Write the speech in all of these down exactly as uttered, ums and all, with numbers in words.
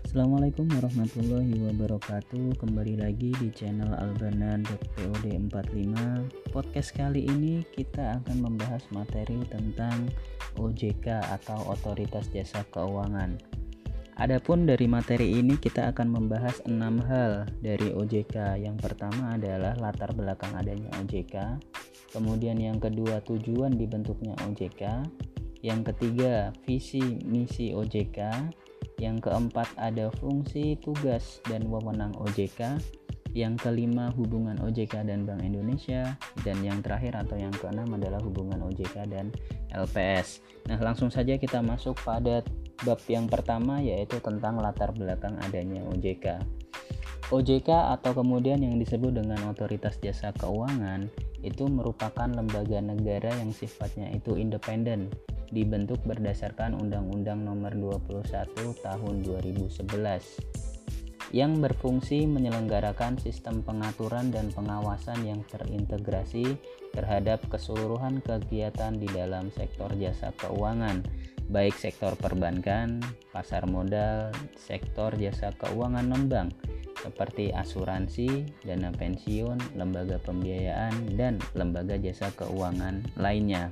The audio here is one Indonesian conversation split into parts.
Assalamualaikum warahmatullahi wabarakatuh. Kembali lagi di channel albanan dot pod empat lima. Podcast kali ini kita akan membahas materi tentang O J K atau Otoritas Jasa Keuangan. Adapun dari materi ini kita akan membahas enam hal dari O J K. Yang pertama adalah latar belakang adanya O J K. Kemudian yang kedua, tujuan dibentuknya O J K. Yang ketiga, visi misi O J K. Yang keempat, ada fungsi, tugas, dan wewenang O J K. Yang kelima, hubungan O J K dan Bank Indonesia. Dan yang terakhir atau yang keenam adalah hubungan O J K dan L P S. Nah, langsung saja kita masuk pada bab yang pertama, yaitu tentang latar belakang adanya O J K. O J K atau kemudian yang disebut dengan Otoritas Jasa Keuangan itu merupakan lembaga negara yang sifatnya itu independen, dibentuk berdasarkan Undang-Undang Nomor dua puluh satu Tahun dua ribu sebelas yang berfungsi menyelenggarakan sistem pengaturan dan pengawasan yang terintegrasi terhadap keseluruhan kegiatan di dalam sektor jasa keuangan, baik sektor perbankan, pasar modal, sektor jasa keuangan non-bank seperti asuransi, dana pensiun, lembaga pembiayaan, dan lembaga jasa keuangan lainnya.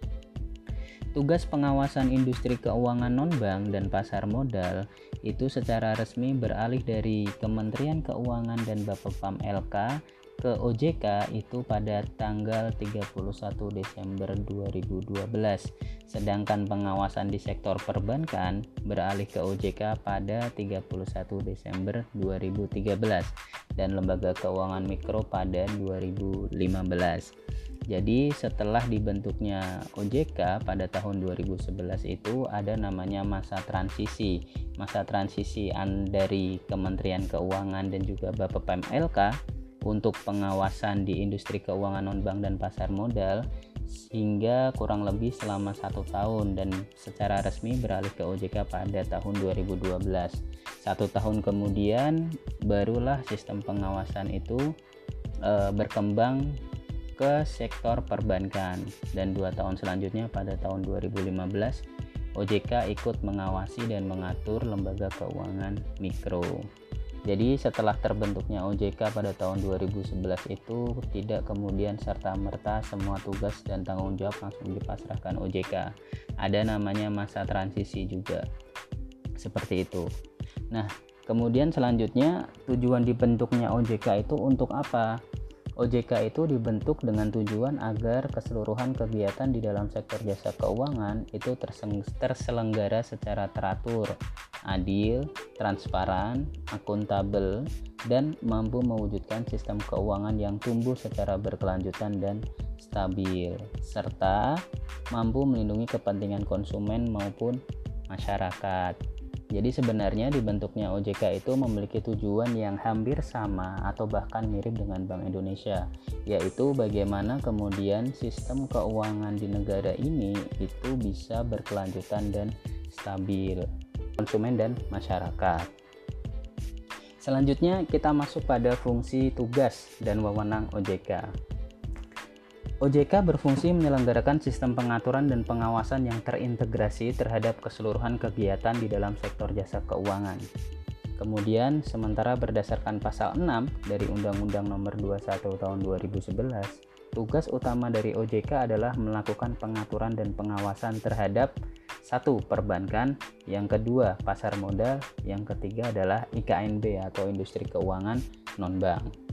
Tugas pengawasan industri keuangan non-bank dan pasar modal itu secara resmi beralih dari Kementerian Keuangan dan Bapepam L K ke O J K itu pada tanggal tiga puluh satu Desember dua ribu dua belas. Sedangkan pengawasan di sektor perbankan beralih ke O J K pada tiga puluh satu Desember dua ribu tiga belas dan lembaga keuangan mikro pada dua ribu lima belas. Jadi setelah dibentuknya O J K pada tahun dua ribu sebelas itu ada namanya masa transisi. Masa transisi dari Kementerian Keuangan dan juga Bapepam L K untuk pengawasan di industri keuangan non-bank dan pasar modal hingga kurang lebih selama satu tahun dan secara resmi beralih ke O J K pada tahun dua ribu dua belas. Satu tahun kemudian barulah sistem pengawasan itu e, berkembang ke sektor perbankan dan dua tahun selanjutnya pada tahun dua ribu lima belas O J K ikut mengawasi dan mengatur lembaga keuangan mikro. Jadi setelah terbentuknya O J K pada tahun dua ribu sebelas itu tidak kemudian serta-merta semua tugas dan tanggung jawab langsung dipasrahkan O J K. Ada namanya masa transisi juga. Seperti itu. Nah, kemudian selanjutnya tujuan dibentuknya O J K itu untuk apa? O J K itu dibentuk dengan tujuan agar keseluruhan kegiatan di dalam sektor jasa keuangan itu terselenggara secara teratur, adil, transparan, akuntabel, dan mampu mewujudkan sistem keuangan yang tumbuh secara berkelanjutan dan stabil, serta mampu melindungi kepentingan konsumen maupun masyarakat. Jadi sebenarnya dibentuknya O J K itu memiliki tujuan yang hampir sama atau bahkan mirip dengan Bank Indonesia, yaitu bagaimana kemudian sistem keuangan di negara ini itu bisa berkelanjutan dan stabil, konsumen dan masyarakat. Selanjutnya kita masuk pada fungsi, tugas, dan wewenang O J K. O J K berfungsi menyelenggarakan sistem pengaturan dan pengawasan yang terintegrasi terhadap keseluruhan kegiatan di dalam sektor jasa keuangan. Kemudian, sementara berdasarkan pasal enam dari Undang-Undang Nomor dua puluh satu Tahun dua ribu sebelas, tugas utama dari O J K adalah melakukan pengaturan dan pengawasan terhadap satu, perbankan, yang kedua, pasar modal, yang ketiga adalah I K N B atau industri keuangan non-bank.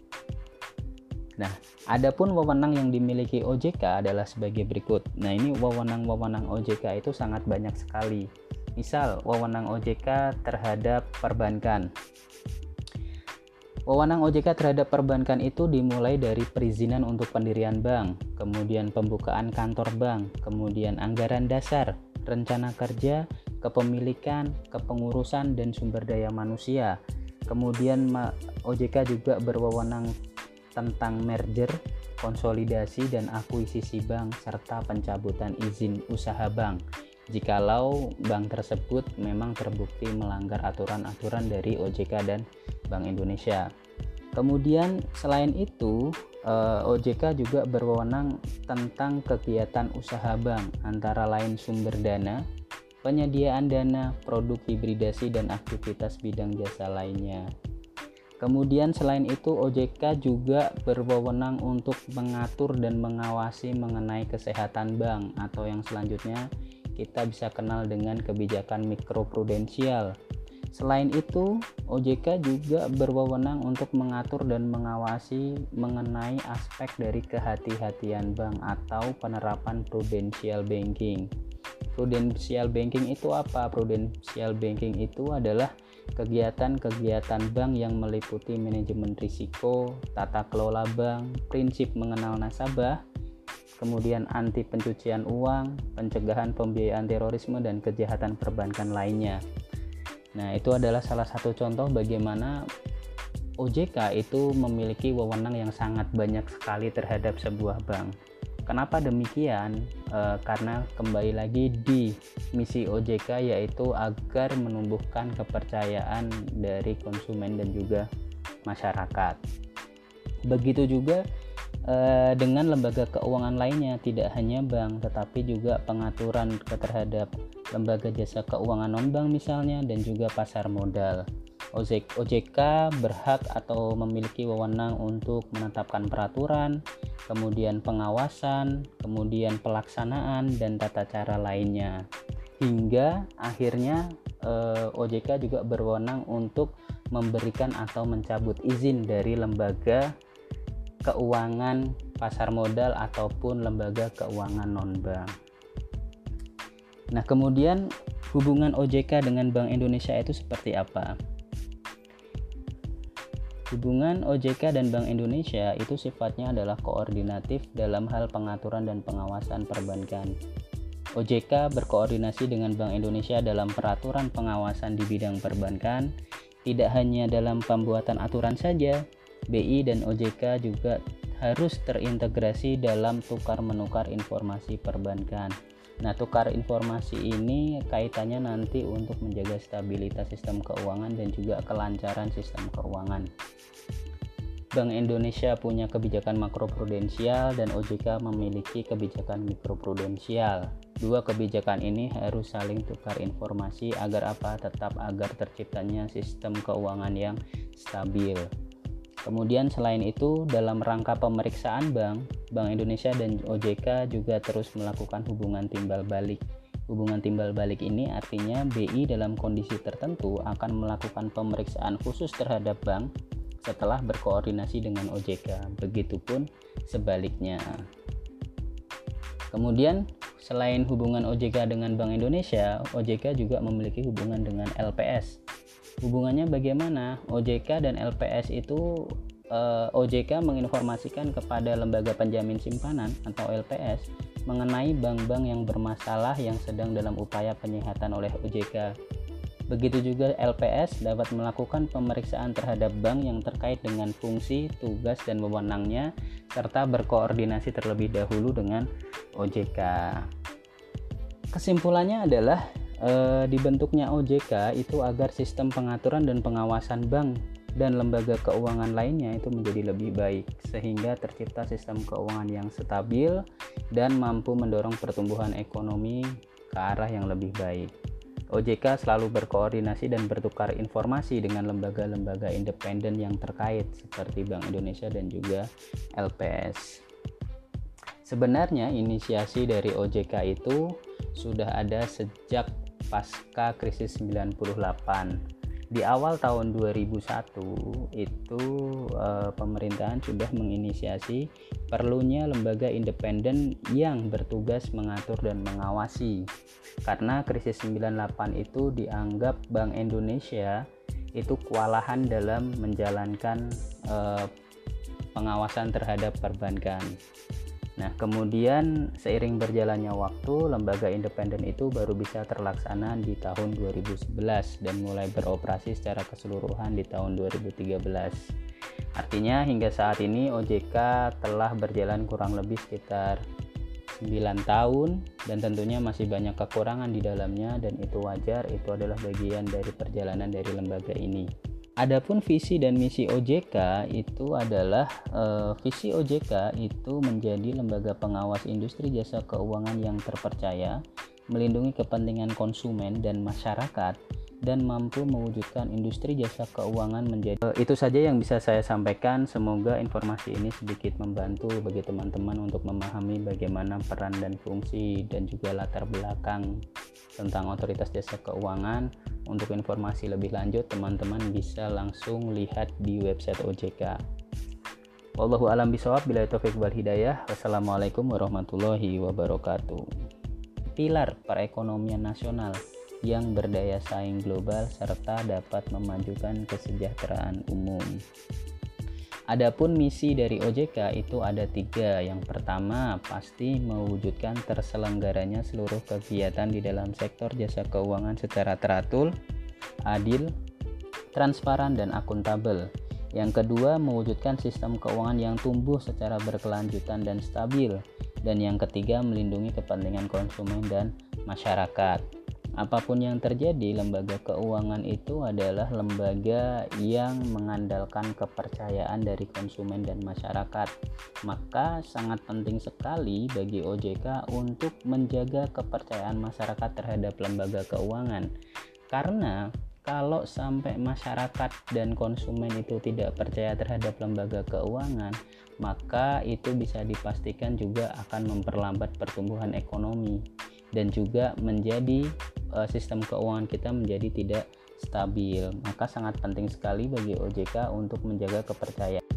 Nah, adapun wewenang yang dimiliki O J K adalah sebagai berikut. Nah, ini wewenang-wewenang O J K itu sangat banyak sekali. Misal, wewenang O J K terhadap perbankan. Wewenang O J K terhadap perbankan itu dimulai dari perizinan untuk pendirian bank, kemudian pembukaan kantor bank, kemudian anggaran dasar, rencana kerja, kepemilikan, kepengurusan, dan sumber daya manusia. Kemudian O J K juga berwewenang tentang merger, konsolidasi, dan akuisisi bank, serta pencabutan izin usaha bank jikalau bank tersebut memang terbukti melanggar aturan-aturan dari O J K dan Bank Indonesia. Kemudian selain itu, O J K juga berwenang tentang kegiatan usaha bank, antara lain sumber dana, penyediaan dana, produk hibridasi, dan aktivitas bidang jasa lainnya. Kemudian selain itu O J K juga berwenang untuk mengatur dan mengawasi mengenai kesehatan bank, atau yang selanjutnya kita bisa kenal dengan kebijakan mikroprudensial. Selain itu, O J K juga berwenang untuk mengatur dan mengawasi mengenai aspek dari kehati-hatian bank atau penerapan prudential banking. Prudential banking itu apa? Prudential banking itu adalah kegiatan-kegiatan bank yang meliputi manajemen risiko, tata kelola bank, prinsip mengenal nasabah, kemudian anti pencucian uang, pencegahan pembiayaan terorisme, dan kejahatan perbankan lainnya. Nah, itu adalah salah satu contoh bagaimana O J K itu memiliki wewenang yang sangat banyak sekali terhadap sebuah bank. Kenapa demikian? E, karena kembali lagi di misi O J K, yaitu agar menumbuhkan kepercayaan dari konsumen dan juga masyarakat. Begitu juga e, dengan lembaga keuangan lainnya, tidak hanya bank tetapi juga pengaturan terhadap lembaga jasa keuangan non-bank misalnya, dan juga pasar modal. O J K berhak atau memiliki wewenang untuk menetapkan peraturan, kemudian pengawasan, kemudian pelaksanaan, dan tata cara lainnya. Hingga akhirnya eh, O J K juga berwenang untuk memberikan atau mencabut izin dari lembaga keuangan pasar modal ataupun lembaga keuangan non-bank. Nah, kemudian hubungan O J K dengan Bank Indonesia itu seperti apa? Hubungan O J K dan Bank Indonesia itu sifatnya adalah koordinatif dalam hal pengaturan dan pengawasan perbankan. O J K berkoordinasi dengan Bank Indonesia dalam peraturan pengawasan di bidang perbankan. Tidak hanya dalam pembuatan aturan saja, B I dan O J K juga harus terintegrasi dalam tukar-menukar informasi perbankan. Nah, tukar informasi ini kaitannya nanti untuk menjaga stabilitas sistem keuangan dan juga kelancaran sistem keuangan. Bank Indonesia punya kebijakan makroprudensial dan O J K memiliki kebijakan mikroprudensial. Dua kebijakan ini harus saling tukar informasi agar apa? Tetap agar terciptanya sistem keuangan yang stabil. Kemudian selain itu, dalam rangka pemeriksaan bank, Bank Indonesia dan O J K juga terus melakukan hubungan timbal balik. Hubungan timbal balik ini artinya B I dalam kondisi tertentu akan melakukan pemeriksaan khusus terhadap bank setelah berkoordinasi dengan O J K. Begitupun sebaliknya. Kemudian selain hubungan O J K dengan Bank Indonesia, O J K juga memiliki hubungan dengan L P S. Hubungannya bagaimana? O J K dan L P S itu eh, O J K menginformasikan kepada lembaga penjamin simpanan atau L P S mengenai bank-bank yang bermasalah yang sedang dalam upaya penyihatan oleh O J K. Begitu juga L P S dapat melakukan pemeriksaan terhadap bank yang terkait dengan fungsi, tugas, dan wewenangnya serta berkoordinasi terlebih dahulu dengan O J K. Kesimpulannya adalah E, dibentuknya O J K itu agar sistem pengaturan dan pengawasan bank dan lembaga keuangan lainnya itu menjadi lebih baik, sehingga tercipta sistem keuangan yang stabil dan mampu mendorong pertumbuhan ekonomi ke arah yang lebih baik. O J K selalu berkoordinasi dan bertukar informasi dengan lembaga-lembaga independen yang terkait seperti Bank Indonesia dan juga L P S. Sebenarnya inisiasi dari O J K itu sudah ada sejak pasca krisis sembilan puluh delapan. Di awal tahun dua ribu satu itu eh, pemerintahan sudah menginisiasi perlunya lembaga independen yang bertugas mengatur dan mengawasi. Karena krisis sembilan puluh delapan itu dianggap Bank Indonesia itu kewalahan dalam menjalankan eh, pengawasan terhadap perbankan. Nah, kemudian seiring berjalannya waktu, lembaga independen itu baru bisa terlaksana di tahun dua ribu sebelas dan mulai beroperasi secara keseluruhan di tahun dua ribu tiga belas. Artinya hingga saat ini O J K telah berjalan kurang lebih sekitar sembilan tahun dan tentunya masih banyak kekurangan di dalamnya, dan itu wajar, itu adalah bagian dari perjalanan dari lembaga ini. Adapun visi dan misi O J K itu adalah e, visi O J K itu menjadi lembaga pengawas industri jasa keuangan yang terpercaya melindungi kepentingan konsumen dan masyarakat, dan mampu mewujudkan industri jasa keuangan menjadi. Itu saja yang bisa saya sampaikan. Semoga informasi ini sedikit membantu bagi teman-teman untuk memahami bagaimana peran dan fungsi dan juga latar belakang tentang otoritas jasa keuangan. Untuk informasi lebih lanjut, teman-teman bisa langsung lihat di website O J K. Wallahu a'lam bishawab, billahi taufiq wal hidayah. Wassalamualaikum warahmatullahi wabarakatuh. Pilar perekonomian nasional yang berdaya saing global serta dapat memajukan kesejahteraan umum. Adapun misi dari O J K itu ada tiga. Yang pertama, pasti mewujudkan terselenggaranya seluruh kegiatan di dalam sektor jasa keuangan secara teratur, adil, transparan, dan akuntabel. Yang kedua, mewujudkan sistem keuangan yang tumbuh secara berkelanjutan dan stabil. Dan yang ketiga, melindungi kepentingan konsumen dan masyarakat. Apapun yang terjadi, lembaga keuangan itu adalah lembaga yang mengandalkan kepercayaan dari konsumen dan masyarakat. Maka sangat penting sekali bagi O J K untuk menjaga kepercayaan masyarakat terhadap lembaga keuangan. Karena kalau sampai masyarakat dan konsumen itu tidak percaya terhadap lembaga keuangan, maka itu bisa dipastikan juga akan memperlambat pertumbuhan ekonomi dan juga menjadi uh, sistem keuangan kita menjadi tidak stabil. Maka sangat penting sekali bagi O J K untuk menjaga kepercayaan.